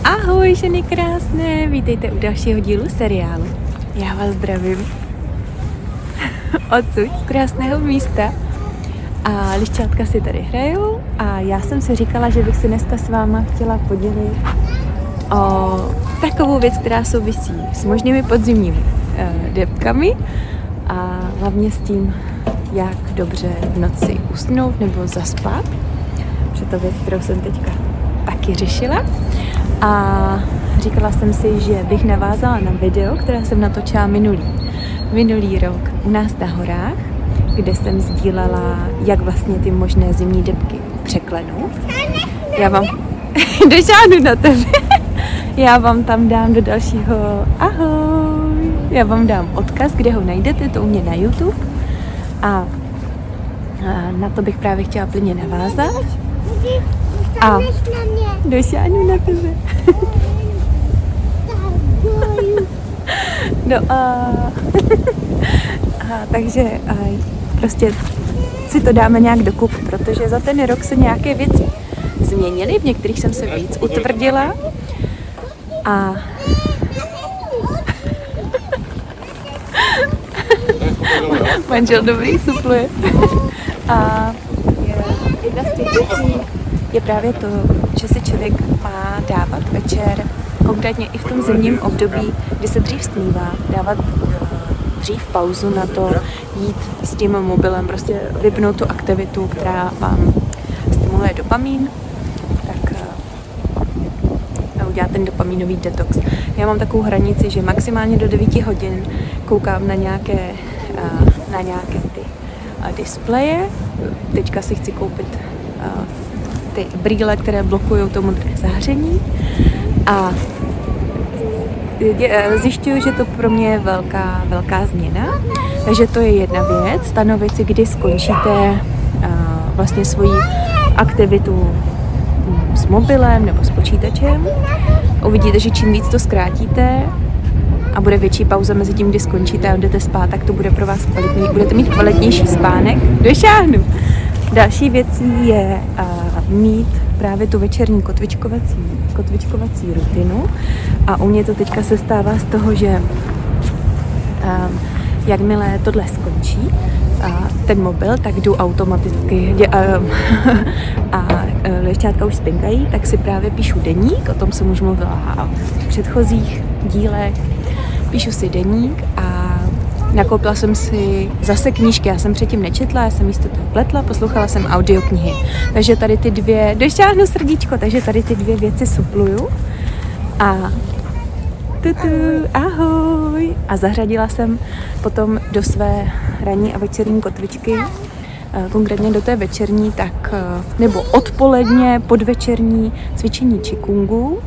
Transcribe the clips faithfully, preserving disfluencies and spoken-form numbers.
Ahoj ženy krásné, vítejte u dalšího dílu seriálu. Já vás zdravím odsud z krásného místa a lišťátka si tady hrajou a já jsem si říkala, že bych si dneska s váma chtěla podělit o takovou věc, která souvisí s možnými podzimními e, debkami a hlavně s tím, jak dobře v noci usnout nebo zaspat. Protože to věc, kterou jsem teďka taky řešila. A říkala jsem si, že bych navázala na video, které jsem natočila minulý, minulý rok u nás na horách, kde jsem sdílela, jak vlastně ty možné zimní debky překlenu. Já vám dožáhnu na tebe. Já vám tam dám do dalšího ahoj. Já vám dám odkaz, kde ho najdete, to u mě na YouTube. A, a na to bych právě chtěla plně navázat. A došáhnu na tebe. No a, a takže a, prostě si to dáme nějak do kupu, protože za ten rok se nějaké věci změnily, v některých jsem se víc utvrdila a manžel dobrý supluje. A jedna z těch věcí je právě to, že si člověk má dávat večer, konkrétně i v tom zimním období, kdy se dřív stmívá, dávat dřív pauzu na to, jít s tím mobilem, prostě vypnout tu aktivitu, která vám stimuluje dopamin, tak a udělat ten dopaminový detox. Já mám takovou hranici, že maximálně do devíti hodin koukám na nějaké, na nějaké ty displeje. Teďka si chci koupit ty brýle, které blokují to modré záření a zjišťuju, že to pro mě je velká, velká změna, takže to je jedna věc, stanovit si, kdy skončíte vlastně svoji aktivitu s mobilem nebo s počítačem. Uvidíte, že čím víc to zkrátíte a bude větší pauza mezi tím, kdy skončíte a jdete spát, tak to bude pro vás kvalitní, budete mít kvalitnější spánek. Došáhnu. Další věcí je uh, mít právě tu večerní kotvičkovací, kotvičkovací rutinu a u mě to teďka se stává z toho, že um, jakmile tohle skončí, uh, ten mobil, tak jdu automaticky dě, uh, a uh, lišťátka už spinkají, tak si právě píšu deník, o tom jsem už mluvila v předchozích dílech, píšu si deník a nakoupila jsem si zase knížky, já jsem předtím nečetla, já jsem místo toho pletla, poslouchala jsem audioknihy. Takže tady ty dvě, došáhnu srdíčko, takže tady ty dvě věci supluju. A tutu, ahoj. A zařadila jsem potom do své ranní a večerní kotvičky, konkrétně do té večerní, tak nebo odpoledně, podvečerní cvičení qigongu,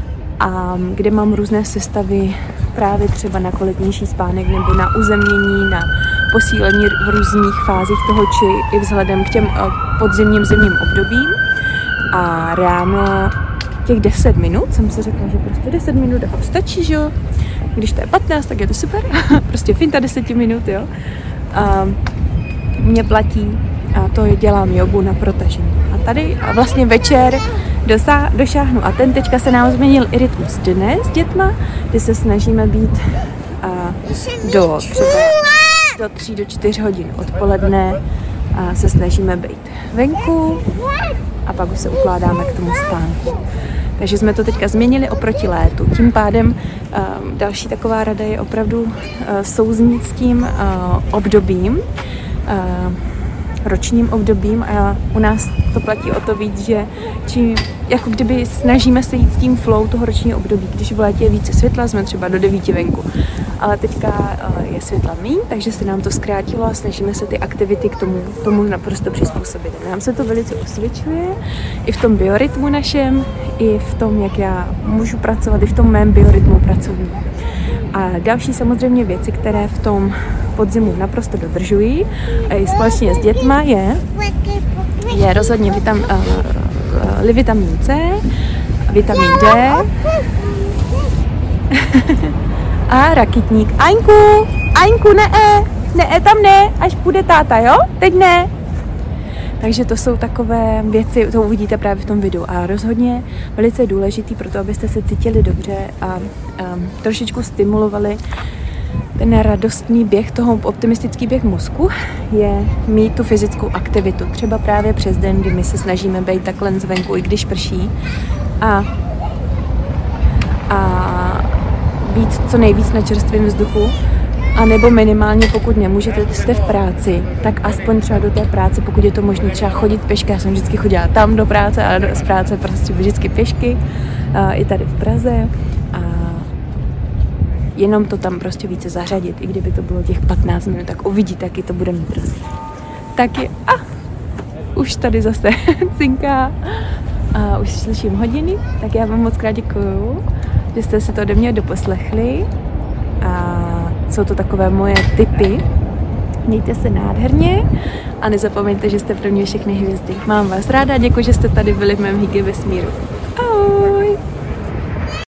a kde mám různé sestavy právě třeba na kvalitnější spánek nebo na uzemnění, na posílení v různých fázích toho či i vzhledem k těm podzimním zimním obdobím. A ráno těch deset minut jsem si řekla, že prostě deset minut a stačí, že jo? Když to je patnáct, tak je to super. Prostě finta deset minut, jo? A mě platí a to dělám jogu na protažení. A tady a vlastně večer Dosá, došáhnu. A ten teďka se nám změnil i rytmus dne s dětma, kdy se snažíme být a, do třeba do tří do čtyř hodin odpoledne a se snažíme být venku a pak už se ukládáme k tomu spánku. Takže jsme to teďka změnili oproti létu. Tím pádem um, další taková rada je opravdu uh, souznít s tím uh, obdobím, uh, ročním obdobím a u nás to platí o to víc, že čím, jako kdyby snažíme se jít s tím flow toho ročního období. Když v létě je více světla, jsme třeba do devíti venku. Ale teďka je světla míň, takže se nám to zkrátilo a snažíme se ty aktivity k tomu, tomu naprosto přizpůsobit. Nám se to velice osvědčuje i v tom biorytmu našem, i v tom, jak já můžu pracovat, i v tom mém biorytmu pracovním. A další samozřejmě věci, které v tom podzimu naprosto dodržují, a i společně s dětma, je, je rozhodně vitam, uh, uh, vitamin C, vitamin D a rakitník. Aňku, Aňku, ne, ne, tam ne, až půjde táta, jo? Teď ne. Takže to jsou takové věci, to uvidíte právě v tom videu. A rozhodně velice důležitý pro to, abyste se cítili dobře a um, trošičku stimulovali ten radostný běh, toho optimistický běh mozku, je mít tu fyzickou aktivitu. Třeba právě přes den, kdy my se snažíme být takhle zvenku, i když prší. A, a být co nejvíc na čerstvém vzduchu. A nebo minimálně, pokud nemůžete, jste v práci, tak aspoň třeba do té práce, pokud je to možné, třeba chodit pěšky. Já jsem vždycky chodila tam do práce a z práce prostě vždycky pěšky, a i tady v Praze. A jenom to tam prostě více zařadit, i kdyby to bylo těch patnáct minut, tak uvidíte, jaký to bude mít rozdíl. Taky, a už tady zase cinká a už slyším hodiny, tak já vám moc krát děkuju, že jste se to ode mě doposlechli. A jsou to takové moje tipy. Mějte se nádherně a nezapomeňte, že jste pro mě všechny hvězdy. Mám vás ráda, děkuji, že jste tady byli v mém Hygge vesmíru. Ahoj!